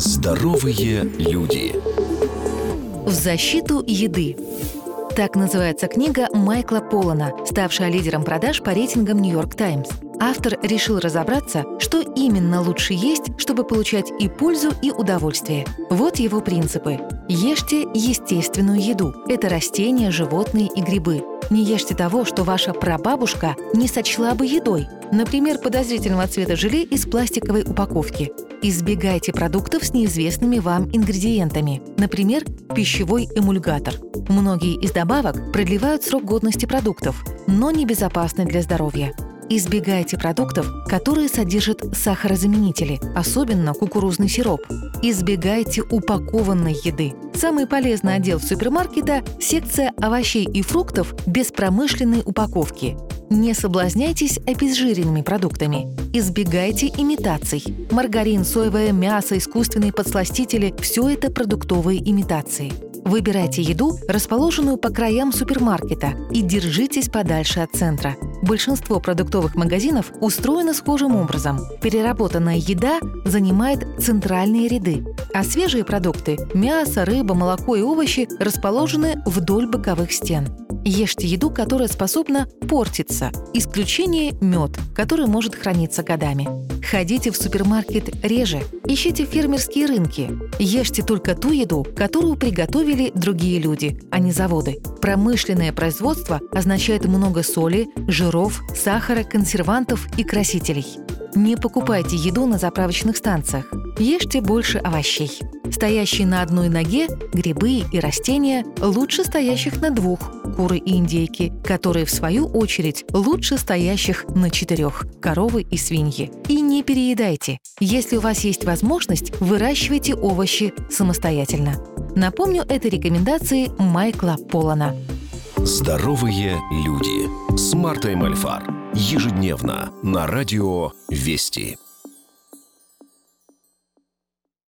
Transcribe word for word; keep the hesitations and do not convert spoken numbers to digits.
Здоровые люди. В защиту еды. Так называется книга Майкла Поллана, ставшая лидером продаж по рейтингам «Нью-Йорк Таймс». Автор решил разобраться, что именно лучше есть, чтобы получать и пользу, и удовольствие. Вот его принципы. Ешьте естественную еду. Это растения, животные и грибы. Не ешьте того, что ваша прабабушка не сочла бы едой. Например, подозрительного цвета желе из пластиковой упаковки. Избегайте продуктов с неизвестными вам ингредиентами. Например, пищевой эмульгатор. Многие из добавок продлевают срок годности продуктов, но небезопасны для здоровья. Избегайте продуктов, которые содержат сахарозаменители, особенно кукурузный сироп. Избегайте упакованной еды. Самый полезный отдел супермаркета – секция овощей и фруктов без промышленной упаковки. Не соблазняйтесь обезжиренными продуктами. Избегайте имитаций. Маргарин, соевое мясо, искусственные подсластители – все это продуктовые имитации. Выбирайте еду, расположенную по краям супермаркета, и держитесь подальше от центра. Большинство продуктовых магазинов устроено схожим образом. Переработанная еда занимает центральные ряды, а свежие продукты – мясо, рыба, молоко и овощи – расположены вдоль боковых стен. Ешьте еду, которая способна портиться. Исключение – мед, который может храниться годами. Ходите в супермаркет реже. Ищите фермерские рынки. Ешьте только ту еду, которую приготовили другие люди, а не заводы. Промышленное производство означает много соли, жиров, сахара, консервантов и красителей. Не покупайте еду на заправочных станциях. Ешьте больше овощей. Стоящие на одной ноге грибы и растения лучше стоящих на двух – куры и индейки, которые, в свою очередь, лучше стоящих на четырех – коровы и свиньи. И не переедайте. Если у вас есть возможность, выращивайте овощи самостоятельно. Напомню, это рекомендации Майкла Поллана. Здоровые люди с Мартой Мальфар. Ежедневно на радио Вести.